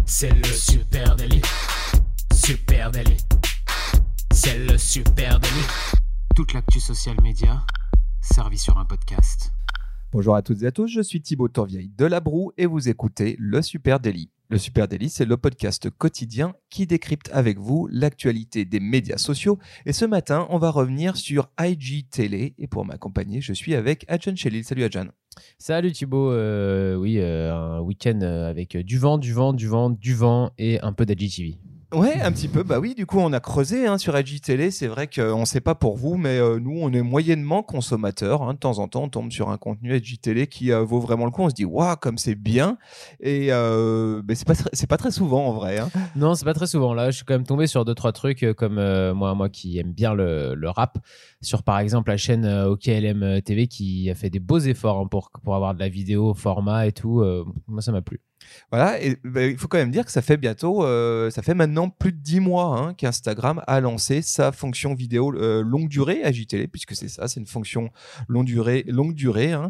C'est le Super Daily. Super Daily. C'est le Super Daily. Toute l'actu social média servie sur un podcast. Bonjour à toutes et à tous, je suis Thibaut Tourvieille de La Broue et vous écoutez le Super Daily. Le Super Daily, c'est le podcast quotidien qui décrypte avec vous l'actualité des médias sociaux. Et ce matin, on va revenir sur IGTV. Et pour m'accompagner, je suis avec Adjan Chelil. Salut Adjan. Salut Thibaut, un week-end avec du vent et un peu d'IGTV. Ouais, un petit peu. Bah oui, du coup, on a creusé sur IGTV. C'est vrai qu'on ne sait pas pour vous, mais nous, on est moyennement consommateurs. De temps en temps, on tombe sur un contenu IGTV qui vaut vraiment le coup. On se dit, waouh, comme c'est bien. Et c'est pas très souvent en vrai. Non, c'est pas très souvent. Là, je suis quand même tombé sur 2-3 trucs comme moi qui aime bien le rap. Sur par exemple la chaîne OKLM TV qui a fait des beaux efforts pour avoir de la vidéo, format et tout. Moi, ça m'a plu. Voilà, et il faut quand même dire que ça fait maintenant plus de 10 mois qu'Instagram a lancé sa fonction vidéo longue durée IGTV, puisque c'est ça, c'est une fonction longue durée, dans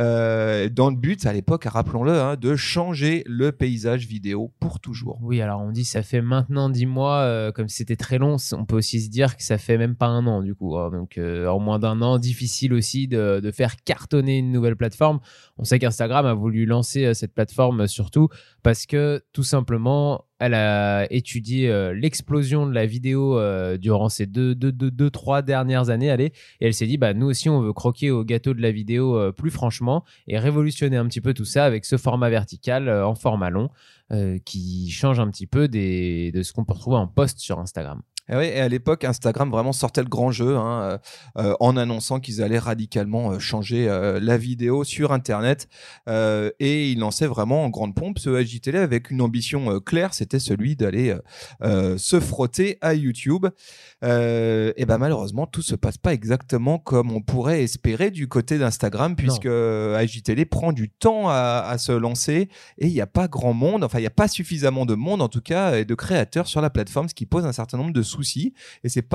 le but, à l'époque, rappelons-le, de changer le paysage vidéo pour toujours. Oui, alors on dit ça fait maintenant 10 mois, comme si c'était très long, on peut aussi se dire que ça fait même pas un an du coup. Donc en moins d'un an, difficile aussi de faire cartonner une nouvelle plateforme. On sait qu'Instagram a voulu lancer cette plateforme surtout parce que tout simplement, elle a étudié l'explosion de la vidéo durant ces 3 dernières années. Et elle s'est dit, nous aussi, on veut croquer au gâteau de la vidéo plus franchement et révolutionner un petit peu tout ça avec ce format vertical en format long qui change un petit peu de ce qu'on peut retrouver en post sur Instagram. Et à l'époque, Instagram vraiment sortait le grand jeu en annonçant qu'ils allaient radicalement changer la vidéo sur Internet et ils lançaient vraiment en grande pompe ce IGTV avec une ambition claire, c'était celui d'aller se frotter à YouTube. Malheureusement, tout se passe pas exactement comme on pourrait espérer du côté d'Instagram puisque IGTV prend du temps à se lancer et il n'y a pas grand monde, enfin il n'y a pas suffisamment de monde en tout cas et de créateurs sur la plateforme, ce qui pose un certain nombre de soucis et c'est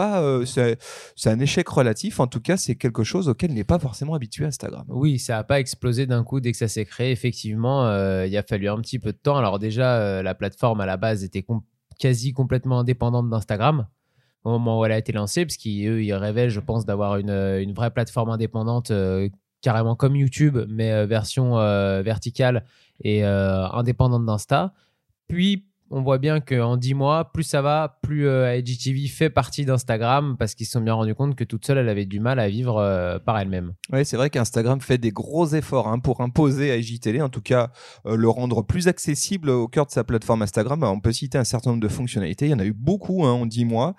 un échec relatif, en tout cas c'est quelque chose auquel n'est pas forcément habitué Instagram. Oui, ça n'a pas explosé d'un coup dès que ça s'est créé, effectivement il a fallu un petit peu de temps. Alors déjà la plateforme à la base était quasi complètement indépendante d'Instagram au moment où elle a été lancée, parce qu'ils rêvaient, je pense, d'avoir une vraie plateforme indépendante carrément comme YouTube mais version verticale et indépendante d'Insta. Puis on voit bien qu'en 10 mois, plus ça va, plus IGTV fait partie d'Instagram parce qu'ils se sont bien rendus compte que toute seule, elle avait du mal à vivre par elle-même. Oui, c'est vrai qu'Instagram fait des gros efforts pour imposer IGTV, en tout cas le rendre plus accessible au cœur de sa plateforme Instagram. On peut citer un certain nombre de fonctionnalités. Il y en a eu beaucoup en 10 mois.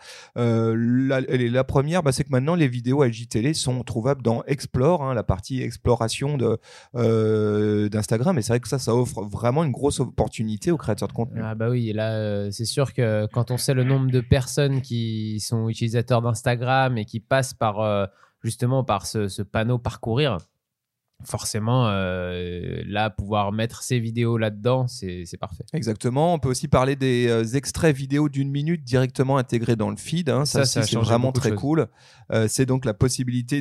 La première, c'est que maintenant, les vidéos IGTV sont trouvables dans Explore, la partie exploration d'Instagram. Et c'est vrai que ça offre vraiment une grosse opportunité aux créateurs de contenu. Ah bah oui. Et là, c'est sûr que quand on sait le nombre de personnes qui sont utilisateurs d'Instagram et qui passent justement par ce panneau parcourir, forcément, là, pouvoir mettre ces vidéos là-dedans, c'est parfait. Exactement. On peut aussi parler des extraits vidéo d'1 minute directement intégrés dans le feed. Ça c'est vraiment très cool. C'est donc la possibilité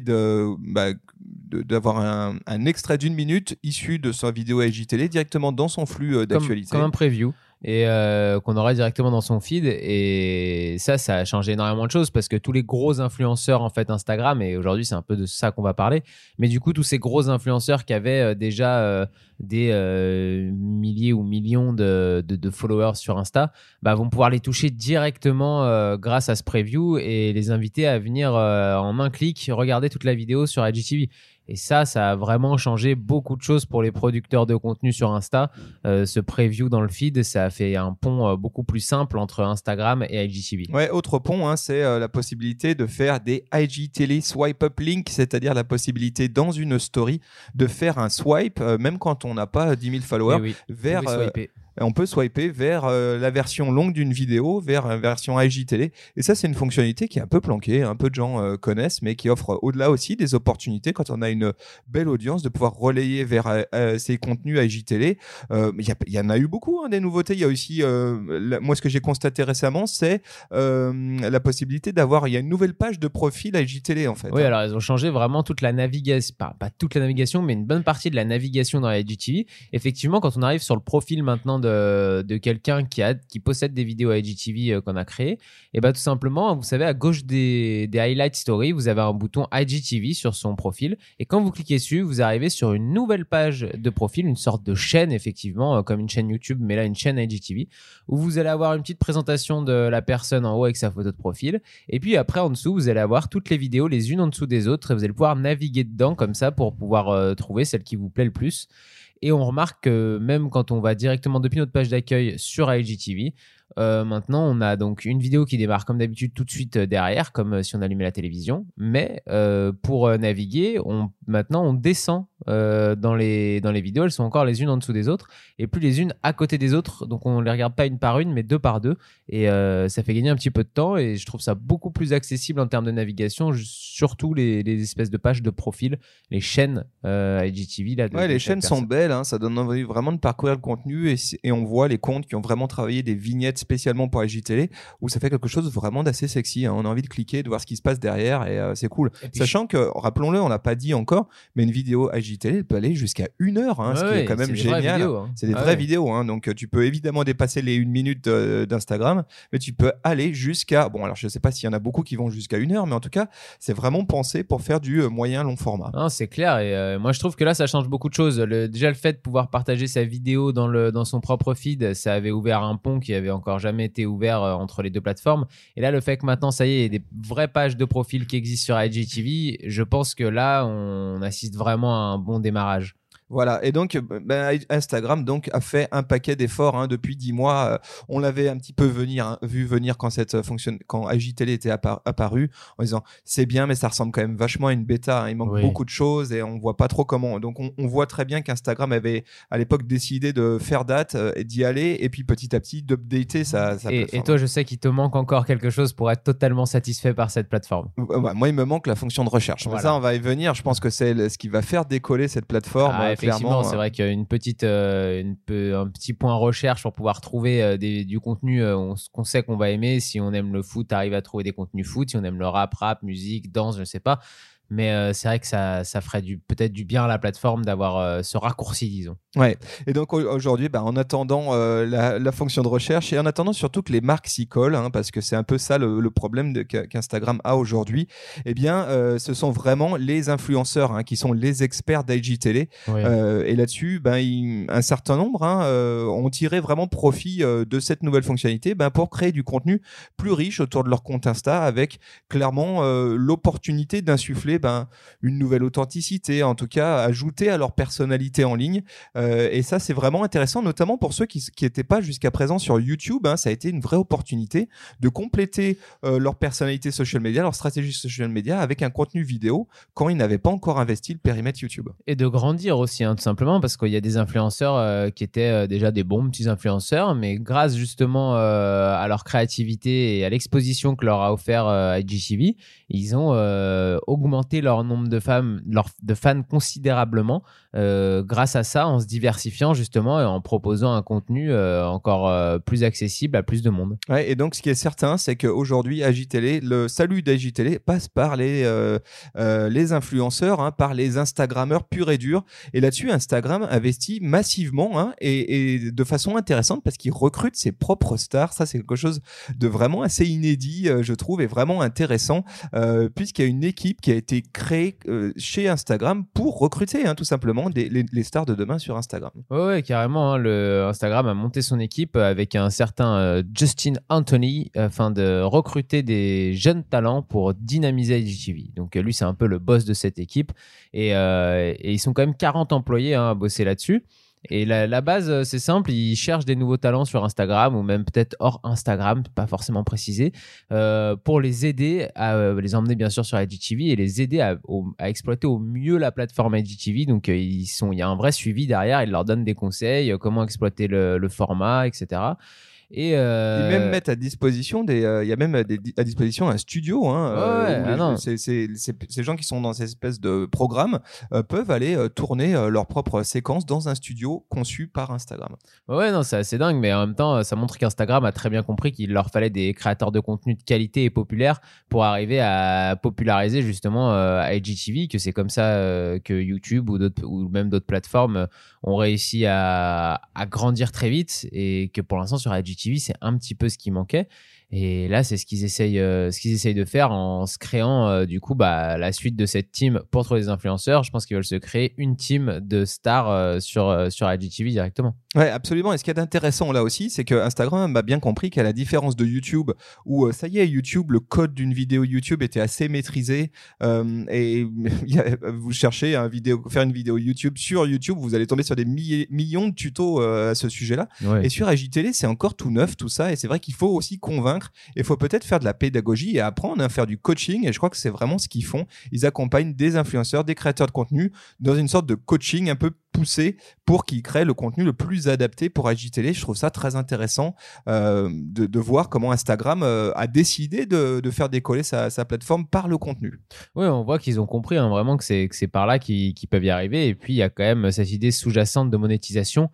d'avoir un extrait d'1 minute issu de sa vidéo IGTV directement dans son flux d'actualité. Comme un preview. Et qu'on aurait directement dans son feed, et ça a changé énormément de choses parce que tous les gros influenceurs en fait Instagram, et aujourd'hui c'est un peu de ça qu'on va parler, mais du coup tous ces gros influenceurs qui avaient déjà des milliers ou millions de followers sur Insta vont pouvoir les toucher directement grâce à ce preview et les inviter à venir en un clic regarder toute la vidéo sur IGTV. Et ça a vraiment changé beaucoup de choses pour les producteurs de contenu sur Insta. Ce preview dans le feed, ça a fait un pont beaucoup plus simple entre Instagram et IGTV. Ouais, autre pont, c'est la possibilité de faire des IGTV swipe up link, c'est-à-dire la possibilité dans une story de faire un swipe, même quand on n'a pas 10 000 followers, vers... On peut swiper vers la version longue d'une vidéo, vers la version IGTV. Et ça, c'est une fonctionnalité qui est un peu planquée, un peu de gens connaissent, mais qui offre au-delà aussi des opportunités quand on a une belle audience de pouvoir relayer vers ces contenus IGTV. Il y en a eu beaucoup, des nouveautés. Il y a aussi, moi, ce que j'ai constaté récemment, c'est la possibilité d'avoir, il y a une nouvelle page de profil IGTV, en fait. Oui, alors ils ont changé vraiment toute la navigation, pas toute la navigation, mais une bonne partie de la navigation dans IGTV. Effectivement, quand on arrive sur le profil maintenant de de quelqu'un qui possède des vidéos IGTV qu'on a créées, et bah tout simplement, vous savez, à gauche des highlight stories, vous avez un bouton IGTV sur son profil, et quand vous cliquez dessus, vous arrivez sur une nouvelle page de profil, une sorte de chaîne effectivement, comme une chaîne YouTube, mais là une chaîne IGTV, où vous allez avoir une petite présentation de la personne en haut avec sa photo de profil, et puis après en dessous, vous allez avoir toutes les vidéos les unes en dessous des autres, et vous allez pouvoir naviguer dedans comme ça pour pouvoir trouver celle qui vous plaît le plus. Et on remarque que même quand on va directement depuis notre page d'accueil sur IGTV, maintenant on a donc une vidéo qui démarre comme d'habitude tout de suite derrière, comme si on allumait la télévision, mais pour naviguer, maintenant on descend dans les vidéos, elles sont encore les unes en dessous des autres et plus les unes à côté des autres, donc on les regarde pas une par une mais deux par deux, et ça fait gagner un petit peu de temps, et je trouve ça beaucoup plus accessible en termes de navigation, surtout les espèces de pages de profil, les chaînes IGTV là. Les chaînes sont belles, hein, ça donne envie vraiment de parcourir le contenu, et on voit les comptes qui ont vraiment travaillé des vignettes spécialement pour IGTV, où ça fait quelque chose vraiment d'assez sexy, hein. On a envie de cliquer, de voir ce qui se passe derrière, et c'est cool. Sachant que, rappelons-le, on l'a pas dit encore, mais une vidéo IGTV elle peut aller jusqu'à 1 heure, hein, ce qui est quand même génial. Vidéos, hein. C'est des vraies vidéos, hein, donc tu peux évidemment dépasser les 1 minute d'Instagram, mais tu peux aller jusqu'à, bon alors je sais pas s'il y en a beaucoup qui vont jusqu'à 1 heure, mais en tout cas c'est vraiment pensé pour faire du moyen long format. Non, c'est clair, et moi je trouve que là ça change beaucoup de choses. Déjà le fait de pouvoir partager sa vidéo dans son propre feed, ça avait ouvert un pont qui avait encore jamais été ouvert entre les deux plateformes, et là le fait que maintenant ça y est, il y a des vraies pages de profil qui existent sur IGTV, je pense que là on assiste vraiment à un bon démarrage. Voilà, et donc Instagram donc a fait un paquet d'efforts, hein, depuis 10 mois. On l'avait un petit peu vu venir quand quand IGTV était apparu, en disant c'est bien, mais ça ressemble quand même vachement à une bêta, hein, il manque beaucoup de choses et on voit pas trop comment. Donc on voit très bien qu'Instagram avait à l'époque décidé de faire date et d'y aller, et puis petit à petit d'updater sa plateforme. Et toi, je sais qu'il te manque encore quelque chose pour être totalement satisfait par cette plateforme. Moi, il me manque la fonction de recherche. Voilà. Mais ça, on va y venir. Je pense que c'est ce qui va faire décoller cette plateforme. Effectivement, c'est vrai qu'un petit point recherche pour pouvoir trouver du contenu qu'on sait qu'on va aimer. Si on aime le foot, arrive à trouver des contenus foot. Si on aime le rap, musique, danse, je ne sais pas. Mais c'est vrai que ça ferait peut-être du bien à la plateforme d'avoir ce raccourci, disons. Ouais. Et donc aujourd'hui, en attendant la fonction de recherche, et en attendant surtout que les marques s'y collent, hein, parce que c'est un peu ça le problème qu'Instagram a aujourd'hui, eh bien, ce sont vraiment les influenceurs, hein, qui sont les experts d'IGTV. Oui. Et là-dessus, un certain nombre, hein, ont tiré vraiment profit de cette nouvelle fonctionnalité, pour créer du contenu plus riche autour de leur compte Insta, avec clairement l'opportunité d'insuffler une nouvelle authenticité, en tout cas ajouter à leur personnalité en ligne, et ça c'est vraiment intéressant, notamment pour ceux qui n'étaient pas jusqu'à présent sur YouTube, hein. Ça a été une vraie opportunité de compléter leur personnalité social media, leur stratégie social media avec un contenu vidéo quand ils n'avaient pas encore investi le périmètre YouTube. Et de grandir aussi, hein, tout simplement, parce qu'il y a des influenceurs qui étaient déjà des bons petits influenceurs, mais grâce justement à leur créativité et à l'exposition que leur a offert IGTV, ils ont augmenté leur nombre de fans considérablement grâce à ça, en se diversifiant justement et en proposant un contenu encore plus accessible à plus de monde. Ouais, et donc ce qui est certain, c'est qu'aujourd'hui le salut d'IGTV passe par les influenceurs, hein, par les Instagrammeurs purs et durs, et là-dessus Instagram investit massivement, hein, et de façon intéressante, parce qu'il recrute ses propres stars. Ça c'est quelque chose de vraiment assez inédit, je trouve, et vraiment intéressant, puisqu'il y a une équipe qui a été créée chez Instagram pour recruter, hein, tout simplement les stars de demain sur Instagram. Ouais, carrément, hein, Instagram a monté son équipe avec un certain Justin Anthony afin de recruter des jeunes talents pour dynamiser IGTV. Donc lui, c'est un peu le boss de cette équipe, et ils sont quand même 40 employés, hein, à bosser là-dessus. Et la base, c'est simple, ils cherchent des nouveaux talents sur Instagram, ou même peut-être hors Instagram, pas forcément précisé, pour les aider à les emmener bien sûr sur IGTV et les aider à exploiter au mieux la plateforme IGTV. Donc il y a un vrai suivi derrière, ils leur donnent des conseils, comment exploiter le format, etc. Et Ils même mettent à disposition il y a même à disposition un studio. Ces gens qui sont dans ces espèces de programmes peuvent aller tourner leurs propres séquences dans un studio conçu par Instagram. Ouais, non, c'est assez dingue, mais en même temps, ça montre qu'Instagram a très bien compris qu'il leur fallait des créateurs de contenu de qualité et populaires pour arriver à populariser justement IGTV, que c'est comme ça que YouTube ou même d'autres plateformes ont réussi à grandir très vite, et que pour l'instant sur IGTV, c'est un petit peu ce qui manquait. Et là, c'est ce qu'ils essayent de faire en se créant du coup la suite de cette team pour trouver des influenceurs. Je pense qu'ils veulent se créer une team de stars sur IGTV directement. Ouais, absolument. Et ce qui est intéressant là aussi, c'est que Instagram a bien compris qu'à la différence de YouTube, où ça y est, YouTube, le code d'une vidéo YouTube était assez maîtrisé. Et vous cherchez faire une vidéo YouTube sur YouTube, vous allez tomber sur des millions de tutos à ce sujet-là. Ouais. Et sur IGTV, c'est encore tout neuf, tout ça. Et c'est vrai qu'il faut aussi convaincre. Il faut peut-être faire de la pédagogie et apprendre à faire du coaching. Et je crois que c'est vraiment ce qu'ils font. Ils accompagnent des influenceurs, des créateurs de contenu dans une sorte de coaching un peu poussé pour qu'ils créent le contenu le plus adapté pour IGTV. Je trouve ça très intéressant de voir comment Instagram a décidé de faire décoller sa plateforme par le contenu. Oui, on voit qu'ils ont compris vraiment que c'est par là qu'ils peuvent y arriver. Et puis, il y a quand même cette idée sous-jacente de monétisation.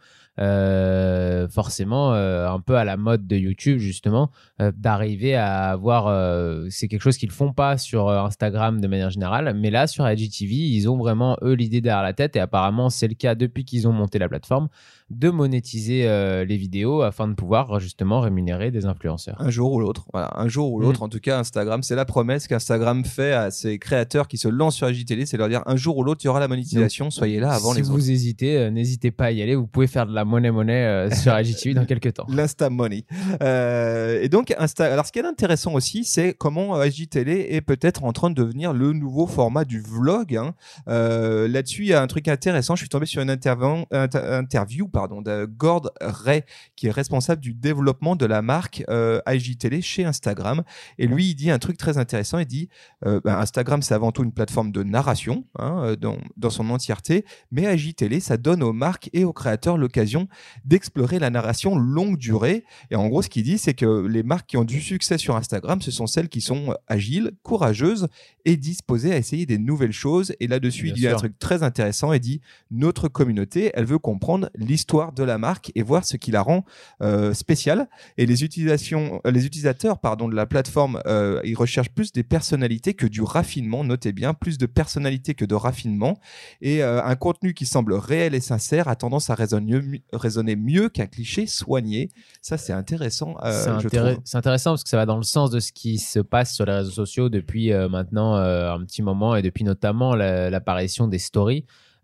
Forcément un peu à la mode de YouTube justement, d'arriver à avoir c'est quelque chose qu'ils font pas sur Instagram de manière générale, mais là sur IGTV ils ont vraiment eux l'idée derrière la tête, et apparemment c'est le cas depuis qu'ils ont monté la plateforme, de monétiser les vidéos afin de pouvoir justement rémunérer des influenceurs. Un jour ou l'autre, voilà, un jour ou l'autre. En tout cas, Instagram, c'est la promesse qu'Instagram fait à ses créateurs qui se lancent sur IGTV, c'est leur dire un jour ou l'autre, il y aura la monétisation, donc, soyez là avant les autres. Si vous hésitez, n'hésitez pas à y aller, vous pouvez faire de la monnaie sur IGTV dans quelques temps. L'Insta Money. Et donc, alors ce qui est intéressant aussi, c'est comment IGTV est peut-être en train de devenir le nouveau format du vlog. Là-dessus, il y a un truc intéressant. Je suis tombé sur une interview de Gord Ray, qui est responsable du développement de la marque IGTV chez Instagram. Et lui, il dit un truc très intéressant. Il dit Instagram, c'est avant tout une plateforme de narration dans son entièreté, mais IGTV, ça donne aux marques et aux créateurs l'occasion d'explorer la narration longue durée. Et en gros, ce qu'il dit, c'est que les marques qui ont du succès sur Instagram, ce sont celles qui sont agiles, courageuses et disposées à essayer des nouvelles choses. Et là-dessus, il dit un truc très intéressant. Il dit notre communauté, elle veut comprendre l'histoire de la marque et voir ce qui la rend spéciale. Et les utilisateurs de la plateforme, ils recherchent plus des personnalités que du raffinement. Notez bien, plus de personnalité que de raffinement. Et un contenu qui semble réel et sincère a tendance à résonner mieux qu'un cliché soigné. Ça, c'est intéressant. C'est intéressant parce que ça va dans le sens de ce qui se passe sur les réseaux sociaux depuis maintenant un petit moment, et depuis notamment l'apparition des stories.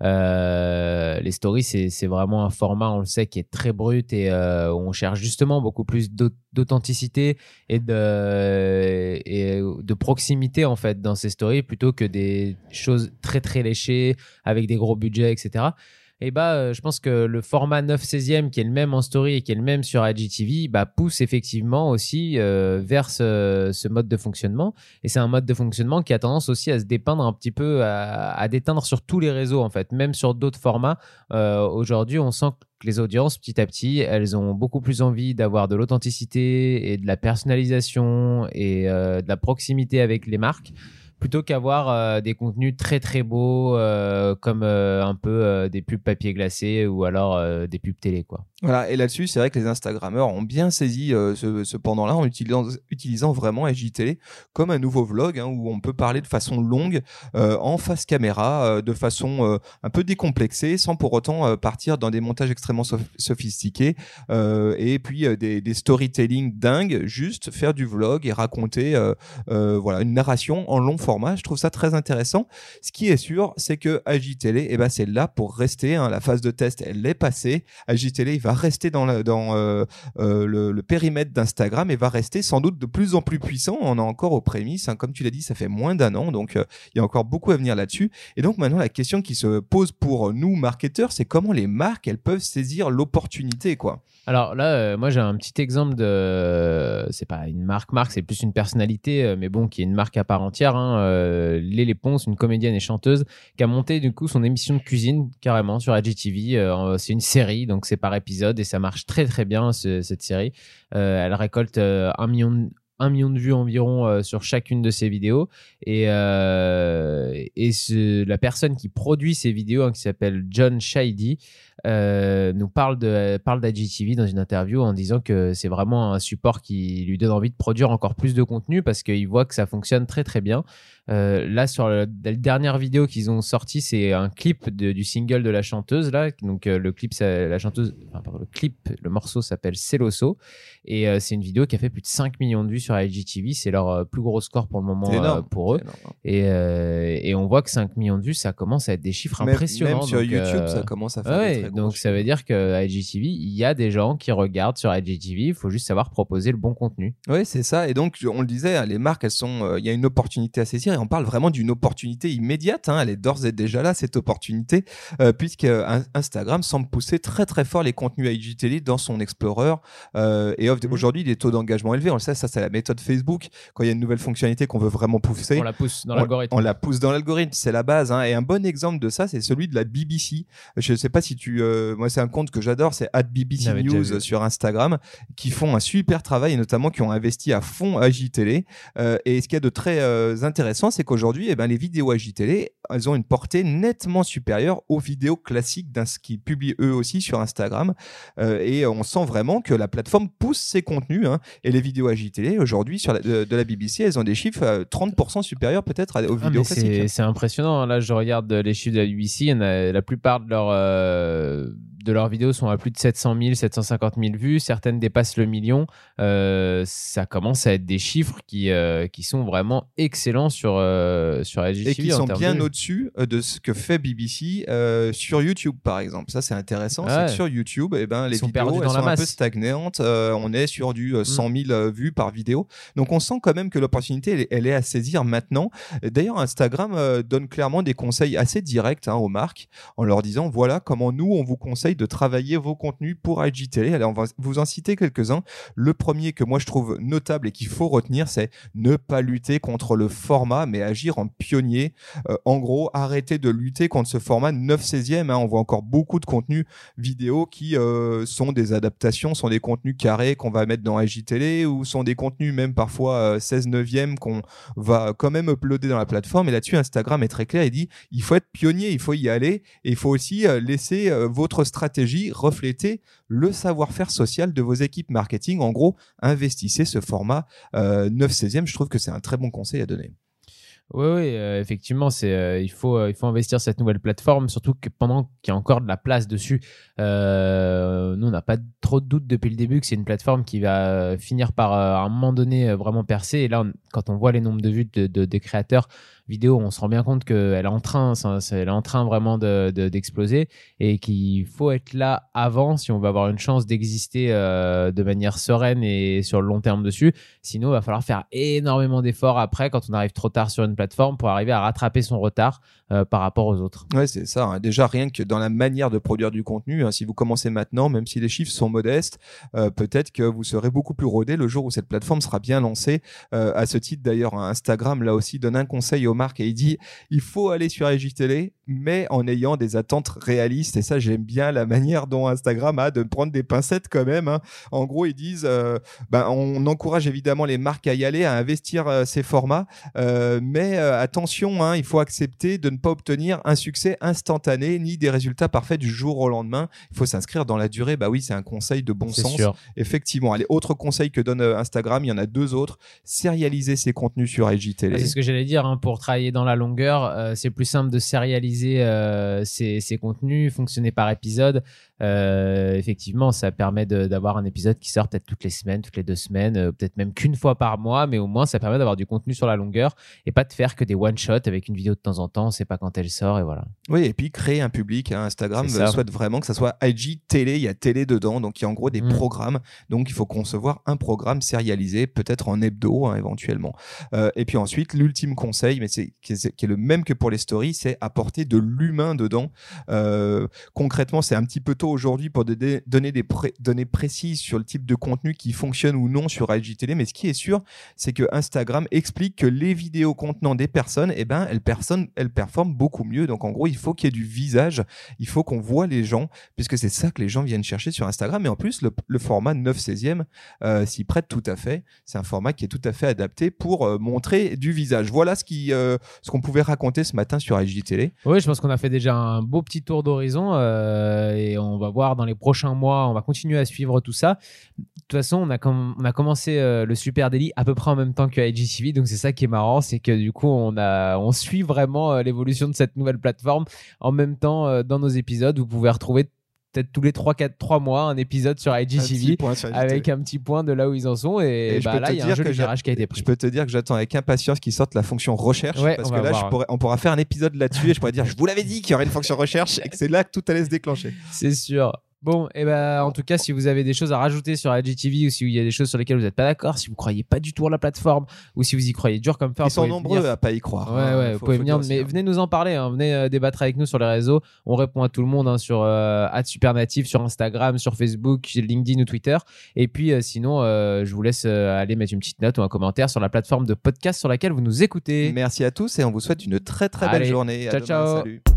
Les stories, c'est vraiment un format, on le sait, qui est très brut, et où on cherche justement beaucoup plus d'authenticité et de proximité en fait dans ces stories, plutôt que des choses très très léchées avec des gros budgets, etc. Et je pense que le format 9/16e, qui est le même en story et qui est le même sur IGTV, pousse effectivement aussi vers ce mode de fonctionnement. Et c'est un mode de fonctionnement qui a tendance aussi à se dépeindre un petit peu, à déteindre sur tous les réseaux en fait, même sur d'autres formats. Aujourd'hui, on sent que les audiences, petit à petit, elles ont beaucoup plus envie d'avoir de l'authenticité et de la personnalisation et de la proximité avec les marques, plutôt qu'avoir des contenus très très beaux comme un peu des pubs papier glacé ou alors des pubs télé, quoi. Voilà, et là-dessus, c'est vrai que les Instagrammeurs ont bien saisi ce pendant-là en utilisant vraiment IGTV comme un nouveau vlog où on peut parler de façon longue, en face caméra, de façon un peu décomplexée, sans pour autant partir dans des montages extrêmement sophistiqués, et puis des storytelling dingues, juste faire du vlog et raconter une narration en long format. Je trouve ça très intéressant. Ce qui est sûr, c'est que IGTV, c'est là pour rester. La phase de test, elle est passée. IGTV, il va rester dans le périmètre d'Instagram et va rester sans doute de plus en plus puissant. On est encore aux prémices. Comme tu l'as dit, ça fait moins d'un an. Donc, il y a encore beaucoup à venir là-dessus. Et donc, maintenant, la question qui se pose pour nous, marketeurs, c'est comment les marques, elles peuvent saisir l'opportunité, quoi. Alors là, moi, j'ai un petit exemple c'est pas une marque, c'est plus une personnalité, mais bon, qui est une marque à part entière. Lélé Ponce, une comédienne et chanteuse, qui a monté du coup son émission de cuisine carrément sur IGTV. C'est une série, donc c'est par épisode. épisodes et ça marche très très bien cette série. Elle récolte 1 million de vues environ sur chacune de ces vidéos et la personne qui produit ces vidéos, qui s'appelle John Shady, nous parle d'IGTV dans une interview en disant que c'est vraiment un support qui lui donne envie de produire encore plus de contenu parce qu'il voit que ça fonctionne très très bien. Là, sur la dernière vidéo qu'ils ont sortie, c'est un clip du single de la chanteuse là. Donc le morceau s'appelle Celoso et c'est une vidéo qui a fait plus de 5 millions de vues sur IGTV. C'est leur plus gros score pour le moment pour eux. Et on voit que 5 millions de vues, ça commence à être des chiffres impressionnants. Même sur YouTube, ça commence à faire des très gros donc chiffres. ça veut dire que IGTV, il y a des gens qui regardent sur IGTV. Il faut juste savoir proposer le bon contenu. Oui, c'est ça. Et donc, on le disait, les marques, il y a une opportunité à saisir et on parle vraiment d'une opportunité immédiate. Elle est d'ores et déjà là, cette opportunité, puisque Instagram semble pousser très très fort les contenus IGTV dans son Explorer et offre aujourd'hui des taux d'engagement élevés. On le sait, ça c'est la méthode Facebook. Quand il y a une nouvelle fonctionnalité qu'on veut vraiment pousser, on la pousse dans l'algorithme. On la pousse dans l'algorithme, c'est la base. Et un bon exemple de ça, c'est celui de la BBC. Je ne sais pas si moi c'est un compte que j'adore, c'est @BBC_News sur Instagram, qui font un super travail et notamment qui ont investi à fond à IGTV. Et ce qu'il y a de très intéressant, c'est qu'aujourd'hui, les vidéos IGTV, elles ont une portée nettement supérieure aux vidéos classiques qui publient eux aussi sur Instagram. Et on sent vraiment que la plateforme pousse ses contenus. Et les vidéos IGTV, aujourd'hui, de la BBC, elles ont des chiffres 30% supérieurs peut-être aux vidéos classiques. C'est impressionnant. Là, je regarde les chiffres de la BBC. La plupart de leurs vidéos sont à plus de 700 000, 750 000 vues. Certaines dépassent le million. Ça commence à être des chiffres qui sont vraiment excellents sur IGTV. Et qui sont bien au-dessus de ce que fait BBC sur YouTube, par exemple. Ça, c'est intéressant. C'est que sur YouTube, les vidéos elles sont un peu stagnantes. On est sur du 100 000 vues par vidéo. Donc, on sent quand même que l'opportunité, elle est à saisir maintenant. D'ailleurs, Instagram donne clairement des conseils assez directs aux marques en leur disant, voilà comment nous, on vous conseille de travailler vos contenus pour IGTV. Alors, on va vous en citer quelques-uns. Le premier que moi, je trouve notable et qu'il faut retenir, c'est ne pas lutter contre le format, mais agir en pionnier. En gros, arrêter de lutter contre ce format 9/16e. On voit encore beaucoup de contenus vidéo qui sont des adaptations, sont des contenus carrés qu'on va mettre dans IGTV ou sont des contenus même parfois 16/9e qu'on va quand même uploader dans la plateforme. Et là-dessus, Instagram est très clair. Il dit, il faut être pionnier, il faut y aller et il faut aussi laisser votre stratégie refléter le savoir-faire social de vos équipes marketing. En gros, investissez ce format 9/16e. Je trouve que c'est un très bon conseil à donner. Oui, effectivement, il faut investir cette nouvelle plateforme, surtout que pendant qu'il y a encore de la place dessus. Nous, on n'a pas trop de doute depuis le début que c'est une plateforme qui va finir par, à un moment donné, vraiment percer. Et là, quand on voit les nombres de vues des créateurs vidéo, on se rend bien compte qu'elle est en train vraiment d'exploser et qu'il faut être là avant si on veut avoir une chance d'exister de manière sereine et sur le long terme dessus. Sinon, il va falloir faire énormément d'efforts après quand on arrive trop tard sur une plateforme pour arriver à rattraper son retard par rapport aux autres. Ouais, c'est ça. Déjà, rien que dans la manière de produire du contenu, si vous commencez maintenant, même si les chiffres sont modestes, peut-être que vous serez beaucoup plus rodé le jour où cette plateforme sera bien lancée. À ce titre, d'ailleurs, Instagram, là aussi, donne un conseil aux marques et il dit, il faut aller sur IGTV, mais en ayant des attentes réalistes. Et ça, j'aime bien la manière dont Instagram a de prendre des pincettes quand même. En gros, ils disent, on encourage évidemment les marques à y aller, à investir ces formats, mais attention, il faut accepter de ne pas obtenir un succès instantané ni des résultats parfaits du jour au lendemain. Il faut s'inscrire dans la durée. Oui, c'est un conseil de bon sens. Sûr. Effectivement. Allez, autre conseil que donne Instagram, il y en a 2 autres. Sérialiser ses contenus sur IGTV. C'est ce que j'allais dire. Pour travailler dans la longueur, c'est plus simple de sérialiser ces contenus, fonctionner par épisode. Effectivement, ça permet d'avoir un épisode qui sort peut-être toutes les semaines, toutes les 2 semaines, peut-être même qu'une fois par mois, mais au moins ça permet d'avoir du contenu sur la longueur et pas de faire que des one-shots avec une vidéo de temps en temps, on sait pas quand elle sort et voilà. Oui, et puis créer un public. Instagram souhaite vraiment que ça soit IGTV, il y a télé dedans, donc il y a en gros des programmes, donc il faut concevoir un programme sérialisé, peut-être en hebdo éventuellement. Et puis ensuite, l'ultime conseil, mais qui est le même que pour les stories, c'est apporter de l'humain dedans. Concrètement, c'est un petit peu tôt aujourd'hui pour donner des données précises sur le type de contenu qui fonctionne ou non sur IGTV, mais ce qui est sûr, c'est que Instagram explique que les vidéos contenant des personnes, elles performent beaucoup mieux. Donc en gros, il faut qu'il y ait du visage, il faut qu'on voit les gens, puisque c'est ça que les gens viennent chercher sur Instagram. Et en plus, le format 9/16 s'y prête tout à fait. C'est un format qui est tout à fait adapté pour montrer du visage. Voilà ce qu'on pouvait raconter ce matin sur IGTV. Oui, je pense qu'on a fait déjà un beau petit tour d'horizon et on va voir dans les prochains mois, on va continuer à suivre tout ça. De toute façon, on a commencé le Super Daily à peu près en même temps que IGTV, donc c'est ça qui est marrant, c'est que du coup, on suit vraiment l'évolution de cette nouvelle plateforme en même temps dans nos épisodes. Vous pouvez retrouver peut-être tous les 3 mois un épisode sur IGTV avec un petit point de là où ils en sont et là il y a un joli virage qui a été pris. Je peux te dire que j'attends avec impatience qu'ils sortent la fonction recherche parce que là on pourra faire un épisode là-dessus et je pourrais dire je vous l'avais dit qu'il y aurait une fonction recherche et que c'est là que tout allait se déclencher. C'est sûr. Bon, en tout cas, si vous avez des choses à rajouter sur IGTV ou s'il y a des choses sur lesquelles vous n'êtes pas d'accord, si vous croyez pas du tout à la plateforme ou si vous y croyez dur comme fer, ils sont nombreux à pas y croire. Ouais, vous pouvez venir, mais venez nous en parler, venez débattre avec nous sur les réseaux. On répond à tout le monde sur @supernatif sur Instagram, sur Facebook, LinkedIn ou Twitter. Et puis sinon, je vous laisse aller mettre une petite note ou un commentaire sur la plateforme de podcast sur laquelle vous nous écoutez. Merci à tous et on vous souhaite une très très belle journée. Ciao, ciao. Salut.